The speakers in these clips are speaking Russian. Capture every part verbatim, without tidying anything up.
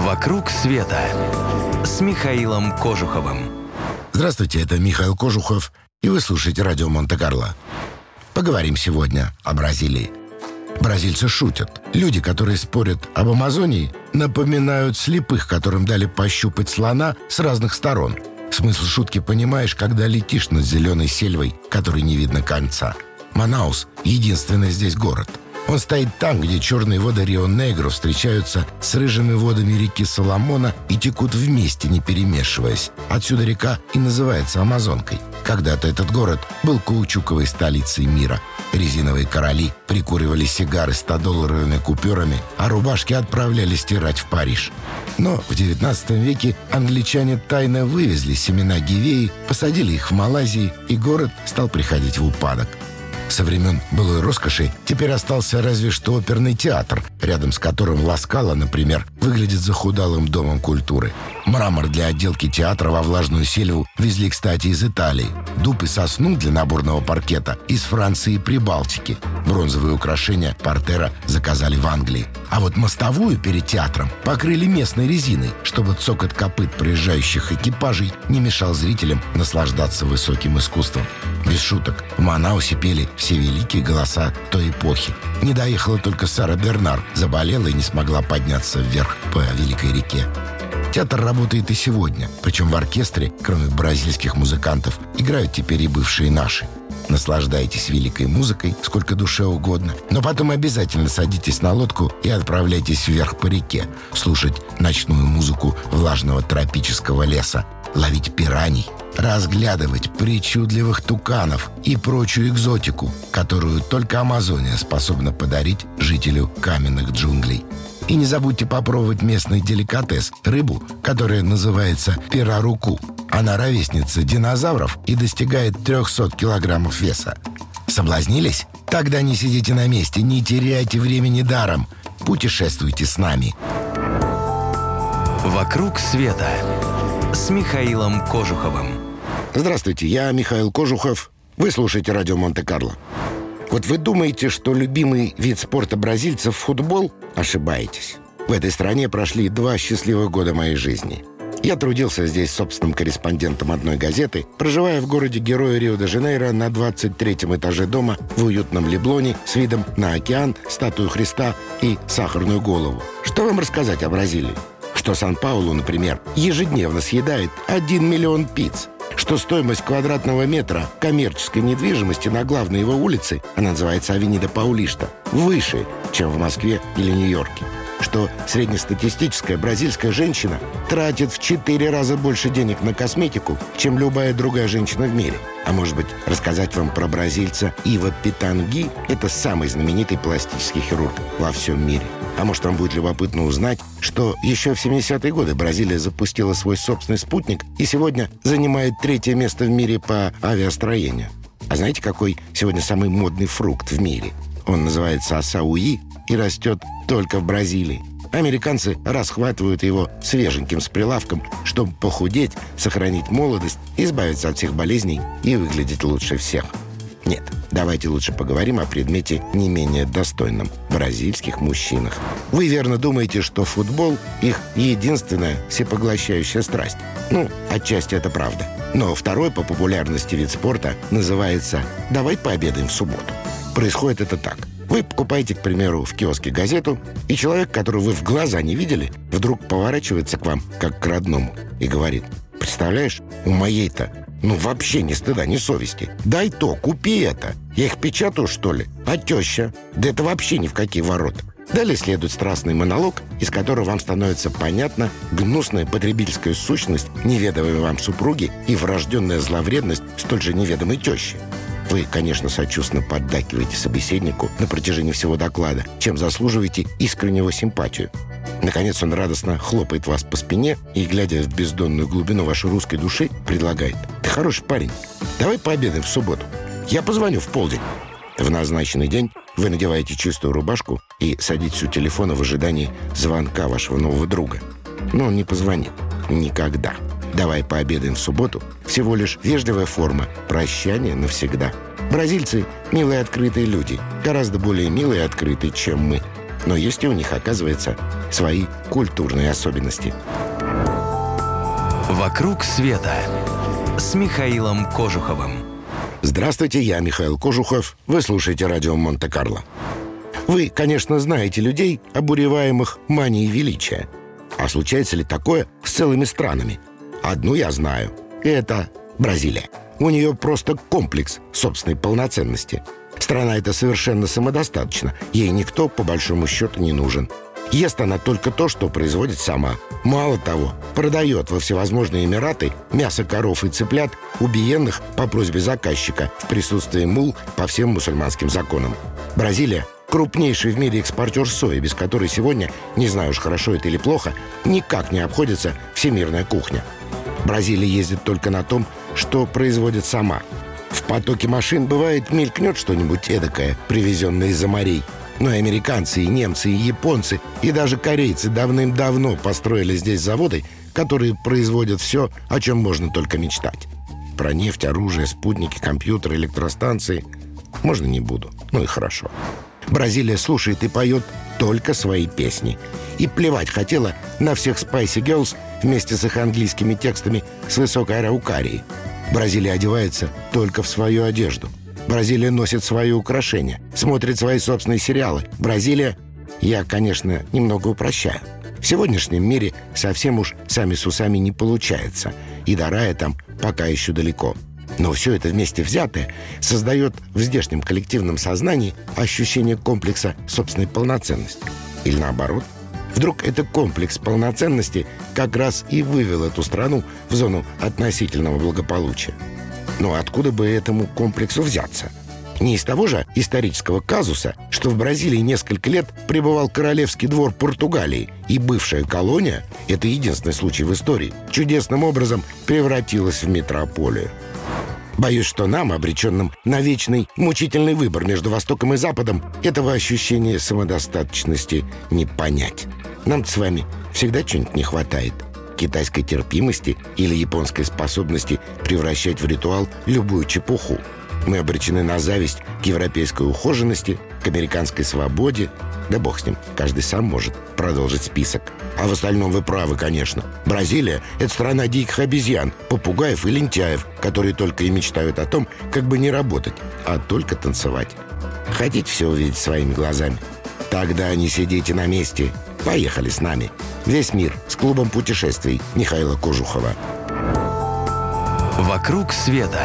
«Вокруг света» с Михаилом Кожуховым. Здравствуйте, это Михаил Кожухов, и вы слушаете радио Монте-Карло. Поговорим сегодня о Бразилии. Бразильцы шутят. Люди, которые спорят об Амазонии, напоминают слепых, которым дали пощупать слона с разных сторон. Смысл шутки понимаешь, когда летишь над зеленой сельвой, которой не видно конца. Манаус — единственный здесь город. Он стоит там, где черные воды Рио-Негро встречаются с рыжими водами реки Соломона и текут вместе, не перемешиваясь. Отсюда река и называется Амазонкой. Когда-то этот город был каучуковой столицей мира. Резиновые короли прикуривали сигары стодолларовыми купюрами, а рубашки отправляли стирать в Париж. Но в девятнадцатом веке англичане тайно вывезли семена гивеи, посадили их в Малайзии, и город стал приходить в упадок. Со времен былой роскоши теперь остался разве что оперный театр, рядом с которым Ла Скала, например, выглядит захудалым домом культуры. Мрамор для отделки театра во влажную сельву везли, кстати, из Италии. Дуб и сосну для наборного паркета из Франции и Прибалтики. Бронзовые украшения портера заказали в Англии. А вот мостовую перед театром покрыли местной резиной, чтобы цокот копыт проезжающих экипажей не мешал зрителям наслаждаться высоким искусством. Без шуток, в Манаусе пели все великие голоса той эпохи. Не доехала только Сара Бернар, заболела и не смогла подняться вверх по великой реке. Театр работает и сегодня, причем в оркестре, кроме бразильских музыкантов, играют теперь и бывшие наши. Наслаждайтесь великой музыкой сколько душе угодно, но потом обязательно садитесь на лодку и отправляйтесь вверх по реке, слушать ночную музыку влажного тропического леса, ловить пираний, разглядывать причудливых туканов и прочую экзотику, которую только Амазония способна подарить жителю каменных джунглей. И не забудьте попробовать местный деликатес – рыбу, которая называется пираруку. Она ровесница динозавров и достигает триста килограммов веса. Соблазнились? Тогда не сидите на месте, не теряйте времени даром. Путешествуйте с нами. «Вокруг света» с Михаилом Кожуховым. Здравствуйте, я Михаил Кожухов. Вы слушаете радио Монте-Карло. Вот вы думаете, что любимый вид спорта бразильцев — футбол? Ошибаетесь. В этой стране прошли два счастливых года моей жизни. Я трудился здесь собственным корреспондентом одной газеты, проживая в городе-герое Рио-де-Жанейро на двадцать третьем этаже дома в уютном Леблоне с видом на океан, статую Христа и сахарную голову. Что вам рассказать о Бразилии? Что Сан-Паулу, например, ежедневно съедает один миллион пиц. Что стоимость квадратного метра коммерческой недвижимости на главной его улице, она называется Авенида Паулишта, выше, чем в Москве или Нью-Йорке. Что среднестатистическая бразильская женщина тратит в четыре раза больше денег на косметику, чем любая другая женщина в мире. А может быть, рассказать вам про бразильца Ива Питанги? Это самый знаменитый пластический хирург во всем мире. А может, вам будет любопытно узнать, что еще в семидесятые годы Бразилия запустила свой собственный спутник и сегодня занимает третье место в мире по авиастроению. А знаете, какой сегодня самый модный фрукт в мире? Он называется асауи и растет только в Бразилии. Американцы расхватывают его свеженьким с прилавком, чтобы похудеть, сохранить молодость, избавиться от всех болезней и выглядеть лучше всех. Нет, давайте лучше поговорим о предмете не менее достойном – бразильских мужчинах. Вы верно думаете, что футбол – их единственная всепоглощающая страсть. Ну, отчасти это правда. Но второй по популярности вид спорта называется «давай пообедаем в субботу». Происходит это так. Вы покупаете, к примеру, в киоске газету, и человек, которого вы в глаза не видели, вдруг поворачивается к вам, как к родному, и говорит: «Представляешь, у моей-то ну вообще ни стыда, ни совести. Дай то, купи это. Я их печатаю, что ли? А теща? Да это вообще ни в какие ворота». Далее следует страстный монолог, из которого вам становится понятна гнусная потребительская сущность неведомой вам супруги и врожденная зловредность столь же неведомой тещи. Вы, конечно, сочувственно поддакиваете собеседнику на протяжении всего доклада, чем заслуживаете искреннего симпатию. Наконец он радостно хлопает вас по спине и, глядя в бездонную глубину вашей русской души, предлагает: «Ты хороший парень, давай пообедаем в субботу. Я позвоню в полдень». В назначенный день вы надеваете чистую рубашку и садитесь у телефона в ожидании звонка вашего нового друга. Но он не позвонит. Никогда. «Давай пообедаем в субботу» — всего лишь вежливая форма прощания навсегда. Бразильцы — милые открытые люди, гораздо более милые и открытые, чем мы. Но есть и у них, оказывается, свои культурные особенности. «Вокруг света» с Михаилом Кожуховым. Здравствуйте, я Михаил Кожухов. Вы слушаете радио Монте-Карло. Вы, конечно, знаете людей, обуреваемых манией величия. А случается ли такое с целыми странами? Одну я знаю. Это Бразилия. У нее просто комплекс собственной полноценности. Страна эта совершенно самодостаточна. Ей никто, по большому счету, не нужен. Ест она только то, что производит сама. Мало того, продает во всевозможные Эмираты мясо коров и цыплят, убиенных по просьбе заказчика в присутствии мул по всем мусульманским законам. Бразилия – крупнейший в мире экспортер сои, без которой сегодня, не знаю уж хорошо это или плохо, никак не обходится всемирная кухня. Бразилия ездит только на том, что производит сама. В потоке машин, бывает, мелькнет что-нибудь эдакое, привезенное из-за морей. Но и американцы, и немцы, и японцы, и даже корейцы давным-давно построили здесь заводы, которые производят все, о чем можно только мечтать. Про нефть, оружие, спутники, компьютеры, электростанции можно не буду, ну и хорошо. Бразилия слушает и поет только свои песни. И плевать хотела на всех Spice Girls вместе с их английскими текстами с высокой араукарией. Бразилия одевается только в свою одежду. Бразилия носит свои украшения, смотрит свои собственные сериалы. Бразилия, я, конечно, немного упрощаю. В сегодняшнем мире совсем уж сами с усами не получается. И до рая там пока еще далеко. Но все это вместе взятое создает в здешнем коллективном сознании ощущение комплекса собственной полноценности. Или наоборот. Вдруг этот комплекс полноценности как раз и вывел эту страну в зону относительного благополучия. Но откуда бы этому комплексу взяться? Не из того же исторического казуса, что в Бразилии несколько лет пребывал королевский двор Португалии, и бывшая колония, это единственный случай в истории, чудесным образом превратилась в метрополию. Боюсь, что нам, обреченным на вечный мучительный выбор между Востоком и Западом, этого ощущения самодостаточности не понять. Нам-то с вами всегда чего-нибудь не хватает. Китайской терпимости или японской способности превращать в ритуал любую чепуху. Мы обречены на зависть к европейской ухоженности, к американской свободе. Да бог с ним, каждый сам может продолжить список. А в остальном вы правы, конечно. Бразилия – это страна диких обезьян, попугаев и лентяев, которые только и мечтают о том, как бы не работать, а только танцевать. Хотите все увидеть своими глазами? Тогда не сидите на месте. Поехали с нами. Весь мир с клубом путешествий Михаила Кожухова. «Вокруг света»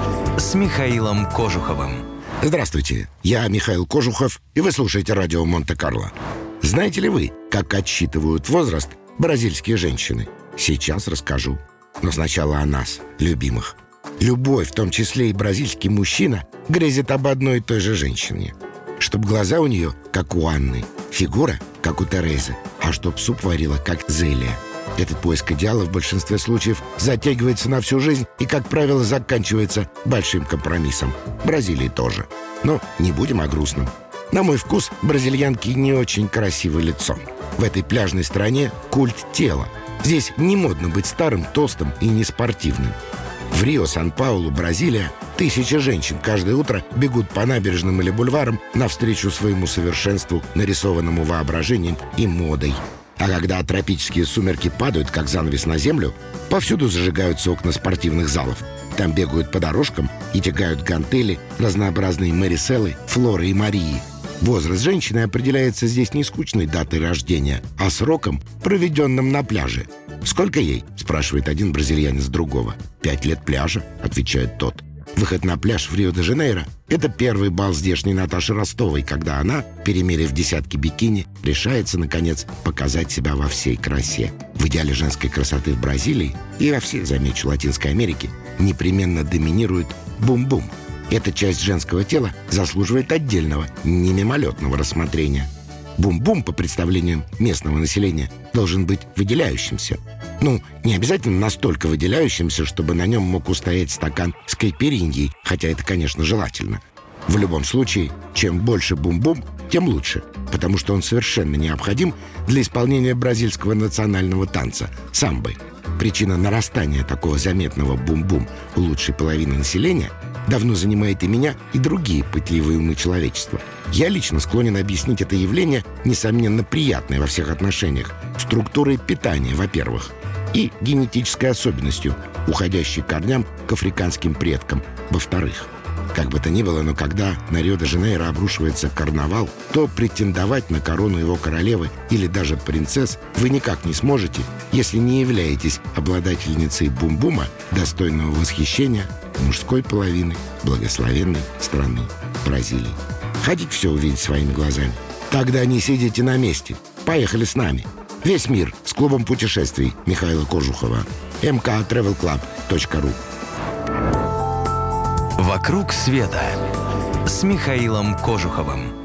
с Михаилом Кожуховым. Здравствуйте, я Михаил Кожухов, и вы слушаете радио Монте-Карло. Знаете ли вы, как отсчитывают возраст бразильские женщины? Сейчас расскажу. Но сначала о нас, любимых. Любой, в том числе и бразильский мужчина, грезит об одной и той же женщине. Чтоб глаза у нее, как у Анны, фигура, как у Терезы, а чтоб суп варила, как Зелия. Этот поиск идеала в большинстве случаев затягивается на всю жизнь и, как правило, заканчивается большим компромиссом. В Бразилии тоже. Но не будем о грустном. На мой вкус, бразильянки не очень красивое лицо. В этой пляжной стране культ тела. Здесь не модно быть старым, толстым и неспортивным. В Рио, Сан-Паулу, Бразилия тысячи женщин каждое утро бегут по набережным или бульварам навстречу своему совершенству, нарисованному воображением и модой. А когда тропические сумерки падают, как занавес на землю, повсюду зажигаются окна спортивных залов. Там бегают по дорожкам и тягают гантели разнообразные Мариселлы, Флоры и Марии. Возраст женщины определяется здесь не скучной датой рождения, а сроком, проведенным на пляже. «Сколько ей?» – спрашивает один бразильянец другого. «Пять лет пляжа», – отвечает тот. Выход на пляж в Рио-де-Жанейро – это первый бал здешней Наташи Ростовой, когда она, перемерив десятки бикини, решается, наконец, показать себя во всей красе. В идеале женской красоты в Бразилии и во всей, замечу, Латинской Америке непременно доминирует бум-бум. Эта часть женского тела заслуживает отдельного, не мимолетного рассмотрения. Бум-бум, по представлениям местного населения, должен быть выделяющимся. Ну, не обязательно настолько выделяющимся, чтобы на нем мог устоять стакан с кайпириньей, хотя это, конечно, желательно. В любом случае, чем больше бум-бум, тем лучше, потому что он совершенно необходим для исполнения бразильского национального танца – самбы. Причина нарастания такого заметного бум-бум у лучшей половины населения давно занимает и меня, и другие пытливые умы человечества. Я лично склонен объяснить это явление, несомненно, приятное во всех отношениях, структурой питания, во-первых, и генетической особенностью, уходящей корням к африканским предкам, во-вторых. Как бы то ни было, но когда на Рио-де-Жанейро обрушивается карнавал, то претендовать на корону его королевы или даже принцесс вы никак не сможете, если не являетесь обладательницей бум-бума, достойного восхищения мужской половины благословенной страны Бразилии. Хотите все увидеть своими глазами? Тогда не сидите на месте. Поехали с нами. Весь мир с клубом путешествий Михаила Кожухова. эм ка трэвел клаб точка ру. «Вокруг света» с Михаилом Кожуховым.